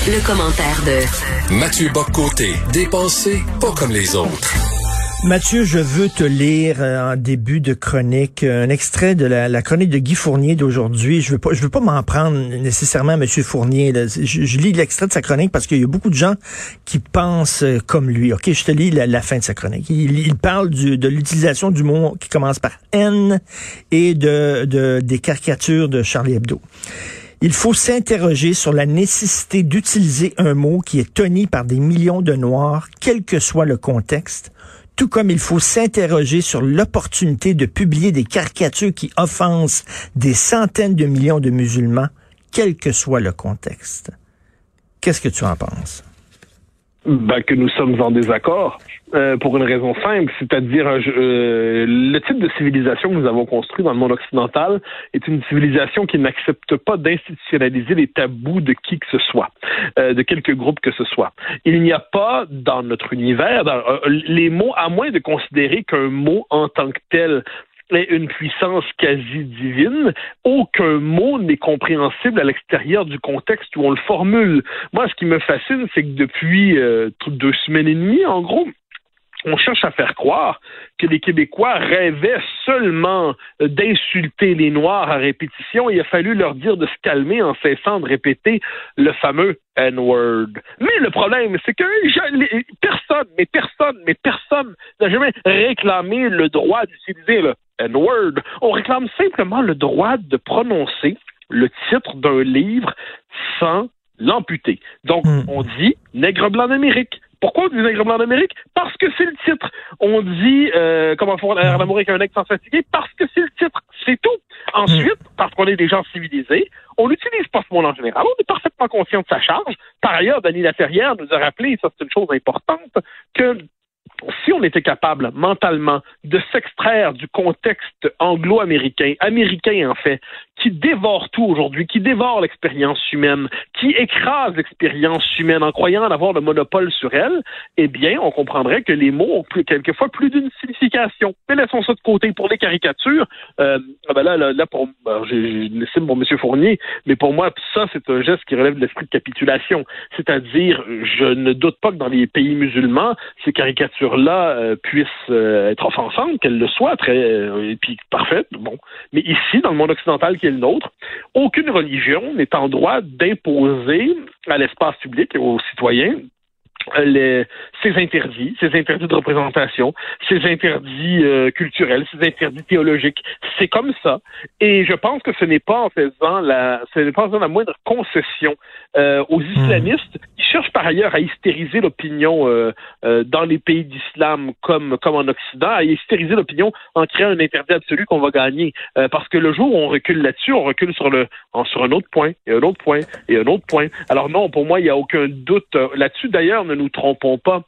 Le commentaire de Mathieu Bock-Côté, dépensé pas comme les autres. Mathieu, je veux te lire en début de chronique un extrait de la chronique de Guy Fournier d'aujourd'hui. Je veux pas m'en prendre nécessairement à M. Fournier. Là. Je lis l'extrait de sa chronique parce qu'il y a beaucoup de gens qui pensent comme lui. OK, je te lis la fin de sa chronique. Il parle de l'utilisation du mot qui commence par N et des caricatures de Charlie Hebdo. Il faut s'interroger sur la nécessité d'utiliser un mot qui est tonni par des millions de Noirs, quel que soit le contexte, tout comme il faut s'interroger sur l'opportunité de publier des caricatures qui offensent des centaines de millions de musulmans, quel que soit le contexte. Qu'est-ce que tu en penses? Que nous sommes en désaccord pour une raison simple, c'est-à-dire le type de civilisation que nous avons construit dans le monde occidental est une civilisation qui n'accepte pas d'institutionnaliser les tabous de qui que ce soit, de quelque groupe que ce soit. Il n'y a pas dans notre univers, les mots, à moins de considérer qu'un mot en tant que tel est une puissance quasi divine, aucun mot n'est compréhensible à l'extérieur du contexte où on le formule. Moi, ce qui me fascine, c'est que depuis 2 semaines et demie, en gros, on cherche à faire croire que les Québécois rêvaient seulement d'insulter les Noirs à répétition. Il a fallu leur dire de se calmer en cessant de répéter le fameux N-word. Mais le problème, c'est que personne n'a jamais réclamé le droit d'utiliser le N-word. On réclame simplement le droit de prononcer le titre d'un livre sans l'amputer. Donc, on dit « Nègre blanc d'Amérique ». Pourquoi on dit nègre blanc d'Amérique? Parce que c'est le titre. On dit comment faire l'amour avec un nègre sans fatiguer? Parce que c'est le titre. C'est tout. Ensuite, parce qu'on est des gens civilisés, on n'utilise pas ce mot en général. On est parfaitement conscient de sa charge. Par ailleurs, Denis Laferrière nous a rappelé, et ça c'est une chose importante, que si on était capable mentalement de s'extraire du contexte anglo-américain, américain en fait, qui dévore tout aujourd'hui, qui dévore l'expérience humaine, qui écrase l'expérience humaine en croyant en avoir le monopole sur elle, eh bien, on comprendrait que les mots ont quelquefois plus d'une signification. Mais laissons ça de côté. Pour les caricatures, j'ai une estime pour M. Fournier, mais pour moi, ça, c'est un geste qui relève de l'esprit de capitulation. C'est-à-dire, je ne doute pas que dans les pays musulmans, ces caricatures-là puissent être offensantes, qu'elles le soient, et puis parfaites, bon. Mais ici, dans le monde occidental qui est le nôtre, aucune religion n'est en droit d'imposer à l'espace public et aux citoyens ces interdits de représentation, ces interdits culturels, ces interdits théologiques. C'est comme ça. Et je pense que ce n'est pas en faisant la moindre concession aux islamistes qui cherchent par ailleurs à hystériser l'opinion dans les pays d'islam comme en Occident, à hystériser l'opinion en créant un interdit absolu qu'on va gagner. Parce que le jour où on recule là-dessus, on recule sur un autre point, et un autre point, et un autre point. Alors non, pour moi, il n'y a aucun doute là-dessus. D'ailleurs, ne nous trompons pas.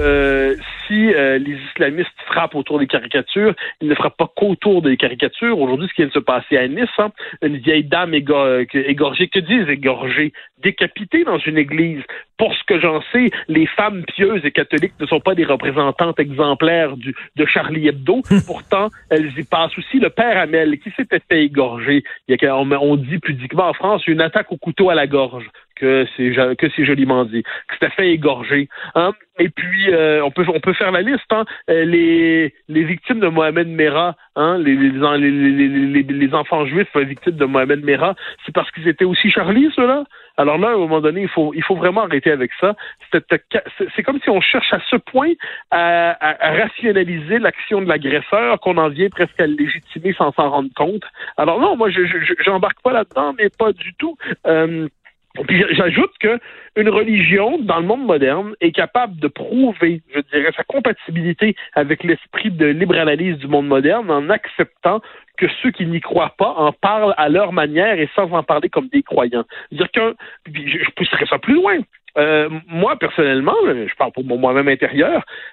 Si les islamistes frappent autour des caricatures, ils ne frappent pas qu'autour des caricatures. Aujourd'hui, ce qui vient de se passer à Nice, une vieille dame égorgée, que disent égorgée, décapitée dans une église. Pour ce que j'en sais, les femmes pieuses et catholiques ne sont pas des représentantes exemplaires de Charlie Hebdo. Pourtant, elles y passent aussi. Le père Hamel, qui s'était fait égorger, on dit pudiquement en France, une attaque au couteau à la gorge. Que c'est joliment dit, que c'était fait égorger. Hein? Et puis, on peut faire la liste. Hein? Les victimes de Mohamed Merah, hein? les enfants juifs victimes de Mohamed Merah, c'est parce qu'ils étaient aussi Charlie, ceux-là? Alors là, à un moment donné, il faut vraiment arrêter avec ça. C'est comme si on cherche à ce point à rationaliser l'action de l'agresseur qu'on en vient presque à le légitimer sans s'en rendre compte. Alors non, moi, j'embarque pas là-dedans, mais pas du tout. Puis j'ajoute que une religion, dans le monde moderne, est capable de prouver, je dirais, sa compatibilité avec l'esprit de libre analyse du monde moderne en acceptant que ceux qui n'y croient pas en parlent à leur manière et sans en parler comme des croyants. C'est-à-dire je pousserais ça plus loin. Moi, personnellement, je parle pour moi-même intérieur,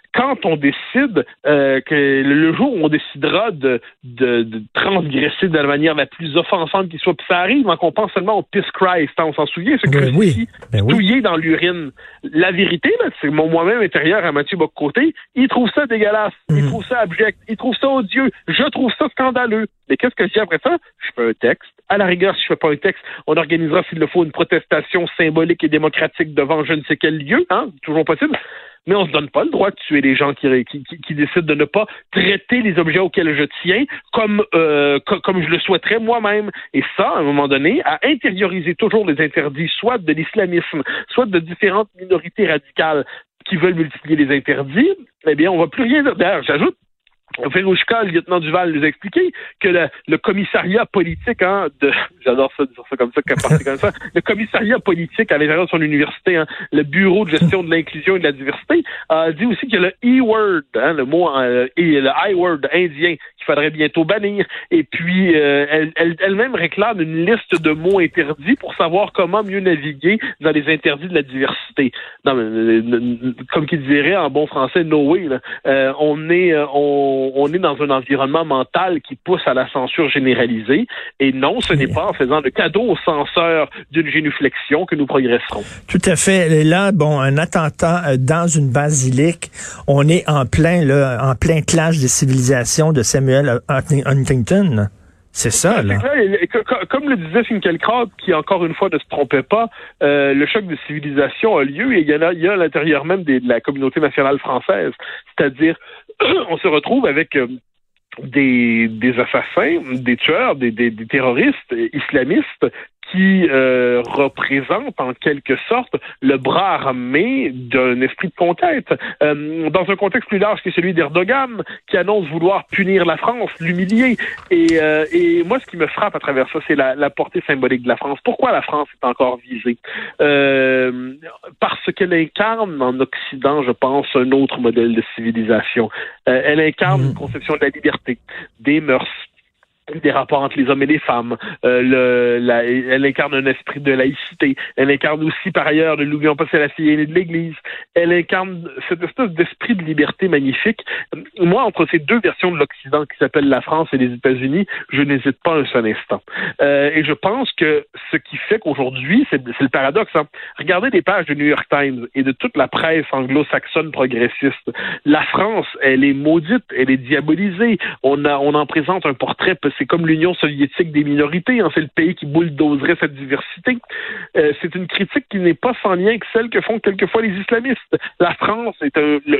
quand on décide que le jour où on décidera de transgresser de la manière la plus offensante qui soit, puis ça arrive qu'on pense seulement au Piss Christ, on s'en souvient, ce crucifix touillé dans l'urine. La vérité, là, c'est moi-même intérieur à Mathieu Bock-Côté, il trouve ça dégueulasse, il trouve ça abject, il trouve ça odieux, je trouve ça scandaleux. Mais qu'est-ce que je dis après ça? Je fais un texte. À la rigueur, si je fais pas un texte, on organisera, s'il le faut, une protestation symbolique et démocratique devant je ne sais quel lieu, toujours possible. Mais on se donne pas le droit de tuer les gens qui décident de ne pas traiter les objets auxquels je tiens comme je le souhaiterais moi-même. Et ça, à un moment donné, à intérioriser toujours les interdits, soit de l'islamisme, soit de différentes minorités radicales qui veulent multiplier les interdits, eh bien, on va plus rien dire. D'ailleurs, j'ajoute, Verouchka, le lieutenant Duval, nous a expliqué que le commissariat politique, j'adore ça, dire ça comme ça, le commissariat politique à l'intérieur de son université, le bureau de gestion de l'inclusion et de la diversité, a dit aussi que le E-word, le mot et le I-word indien, qu'il faudrait bientôt bannir. Et puis, elle-même réclame une liste de mots interdits pour savoir comment mieux naviguer dans les interdits de la diversité. Non, mais, comme qu'il dirait en bon français, no way, là. On est dans un environnement mental qui pousse à la censure généralisée. Et non, ce n'est pas en faisant de cadeau aux censeurs d'une génuflexion que nous progresserons. Tout à fait. Et là, un attentat dans une basilique. On est en plein clash des civilisations de Samuel Huntington. C'est ça, là. Comme le disait Finkielkraut, qui encore une fois ne se trompait pas, le choc de civilisation a lieu et il y a à l'intérieur même de la communauté nationale française. C'est-à-dire, on se retrouve avec des assassins, des tueurs, des terroristes islamistes qui représente en quelque sorte le bras armé d'un esprit de conquête. Dans un contexte plus large que celui d'Erdogan, qui annonce vouloir punir la France, l'humilier. Et moi, ce qui me frappe à travers ça, c'est la portée symbolique de la France. Pourquoi la France est encore visée? Parce qu'elle incarne en Occident, je pense, un autre modèle de civilisation. Elle incarne une conception de la liberté, des mœurs, des rapports entre les hommes et les femmes. Elle incarne un esprit de laïcité. Elle incarne aussi, par ailleurs, ne l'oublions pas, c'est la fille aînée de l'Église. Elle incarne cette espèce d'esprit de liberté magnifique. Moi, entre ces deux versions de l'Occident qui s'appellent la France et les États-Unis, je n'hésite pas un seul instant. Et je pense que ce qui fait qu'aujourd'hui, c'est le paradoxe. Regardez les pages du New York Times et de toute la presse anglo-saxonne progressiste. La France, elle est maudite, elle est diabolisée. On en présente un portrait. C'est comme l'Union soviétique des minorités, c'est le pays qui bulldozerait cette diversité. C'est une critique qui n'est pas sans lien avec celle que font quelquefois les islamistes. La France est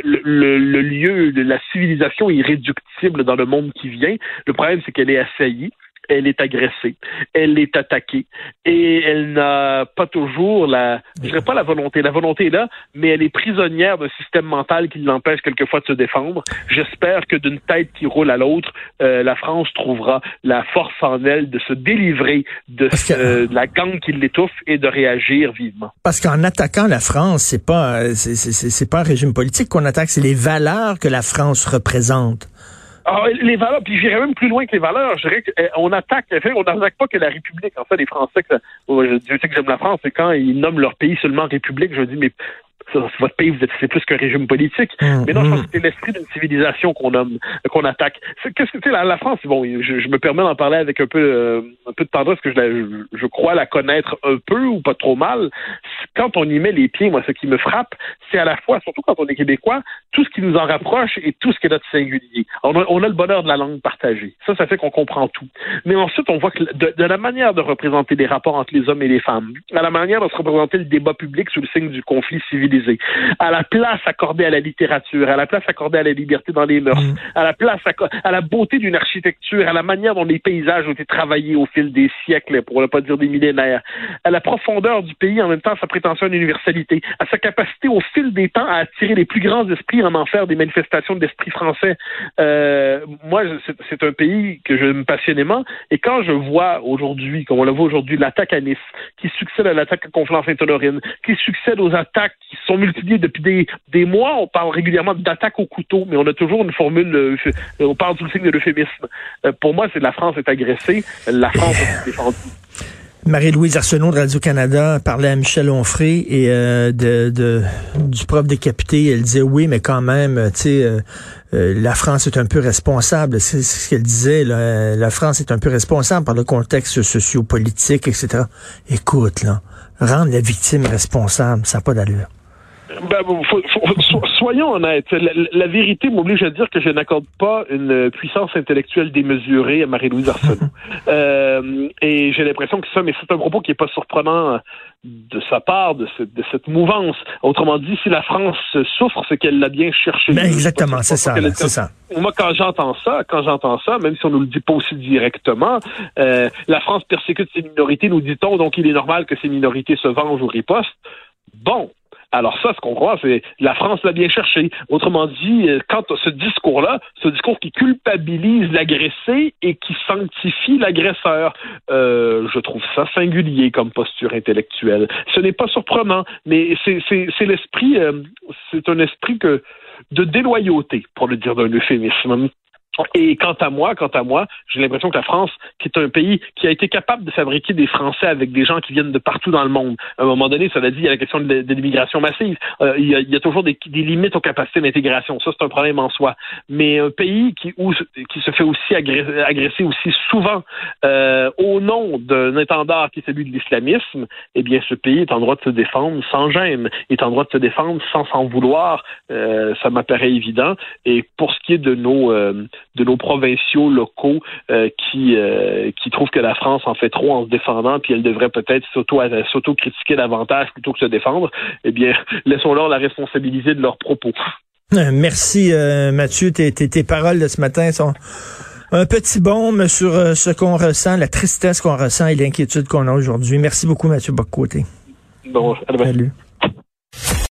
le lieu de la civilisation irréductible dans le monde qui vient. Le problème, c'est qu'elle est assaillie. Elle est agressée, elle est attaquée et elle n'a pas toujours je dirais pas la volonté est là, mais elle est prisonnière d'un système mental qui l'empêche quelquefois de se défendre. J'espère que d'une tête qui roule à l'autre, la France trouvera la force en elle de se délivrer de la gangue qui l'étouffe et de réagir vivement. Parce qu'en attaquant la France, c'est pas un régime politique qu'on attaque, c'est les valeurs que la France représente. Les valeurs, puis j'irais même plus loin que les valeurs. Je dirais qu'on n'attaque pas que la République. En fait, les Français, Dieu sait que j'aime la France, c'est quand ils nomment leur pays seulement République, je dis, mais votre pays, c'est plus qu'un régime politique. Mais non, je pense que c'est l'esprit d'une civilisation qu'on attaque. Qu'est-ce que la France, bon, je me permets d'en parler avec un peu de tendresse, que je crois la connaître un peu ou pas trop mal. Quand on y met les pieds, moi, ce qui me frappe, c'est à la fois, surtout quand on est québécois, tout ce qui nous en rapproche et tout ce qui est notre singulier. On a le bonheur de la langue partagée. Ça fait qu'on comprend tout. Mais ensuite, on voit que de la manière de représenter les rapports entre les hommes et les femmes, à la manière de se représenter le débat public sous le signe du conflit civilisé, à la place accordée à la littérature, à la place accordée à la liberté dans les mœurs, à la place à la beauté d'une architecture, à la manière dont les paysages ont été travaillés au fil des siècles, pour ne pas dire des millénaires, à la profondeur du pays, en même temps sa prétention à l'universalité, à sa capacité au fil des temps à attirer les plus grands esprits, en faire des manifestations de l'esprit français. Moi, c'est un pays que j'aime passionnément, et quand je vois aujourd'hui, comme on le voit aujourd'hui, l'attaque à Nice, qui succède à l'attaque à Conflans-Sainte-Honorine, qui succède aux attaques qui sont multipliées depuis des mois. On parle régulièrement d'attaques au couteau, mais on a toujours une formule, on parle sous le signe de l'euphémisme. Pour moi, c'est la France est agressée, la France est défendue. Marie-Louise Arsenault de Radio-Canada parlait à Michel Onfray et du prof décapité. Elle disait oui, mais quand même, tu sais, la France est un peu responsable. C'est ce qu'elle disait. Là. La France est un peu responsable par le contexte sociopolitique, etc. Écoute, là, rendre la victime responsable, ça n'a pas d'allure. Ben, soyons honnêtes. La vérité m'oblige à dire que je n'accorde pas une puissance intellectuelle démesurée à Marie-Louise Arsenault. Et j'ai l'impression que mais c'est un propos qui n'est pas surprenant de sa part, de cette mouvance. Autrement dit, si la France souffre, c'est qu'elle l'a bien cherché. Ben exactement, c'est ça. Moi, quand j'entends ça, même si on nous le dit pas aussi directement, la France persécute ses minorités, nous dit-on, donc il est normal que ces minorités se vengent ou ripostent. Bon. Alors ça, ce qu'on croit, c'est la France l'a bien cherché. Autrement dit, quand ce discours qui culpabilise l'agressé et qui sanctifie l'agresseur, je trouve ça singulier comme posture intellectuelle. Ce n'est pas surprenant, mais c'est l'esprit, c'est un esprit de déloyauté, pour le dire d'un euphémisme. Et quant à moi, j'ai l'impression que la France, qui est un pays qui a été capable de fabriquer des Français avec des gens qui viennent de partout dans le monde. À un moment donné, cela dit, il y a la question de l'immigration massive. Il y a toujours des limites aux capacités d'intégration. Ça, c'est un problème en soi. Mais un pays qui se fait aussi agresser aussi souvent au nom d'un étendard qui est celui de l'islamisme, eh bien, ce pays est en droit de se défendre sans gêne, est en droit de se défendre sans s'en vouloir. Ça m'apparaît évident. Et pour ce qui est de nos provinciaux locaux qui trouvent que la France en fait trop en se défendant, puis elle devrait peut-être s'auto-critiquer davantage plutôt que se défendre, eh bien, laissons-leur la responsabiliser de leurs propos. Merci Mathieu, tes paroles de ce matin sont un petit baume sur ce qu'on ressent, la tristesse qu'on ressent et l'inquiétude qu'on a aujourd'hui. Merci beaucoup Mathieu Bock-Côté. Bon, à demain. Salut.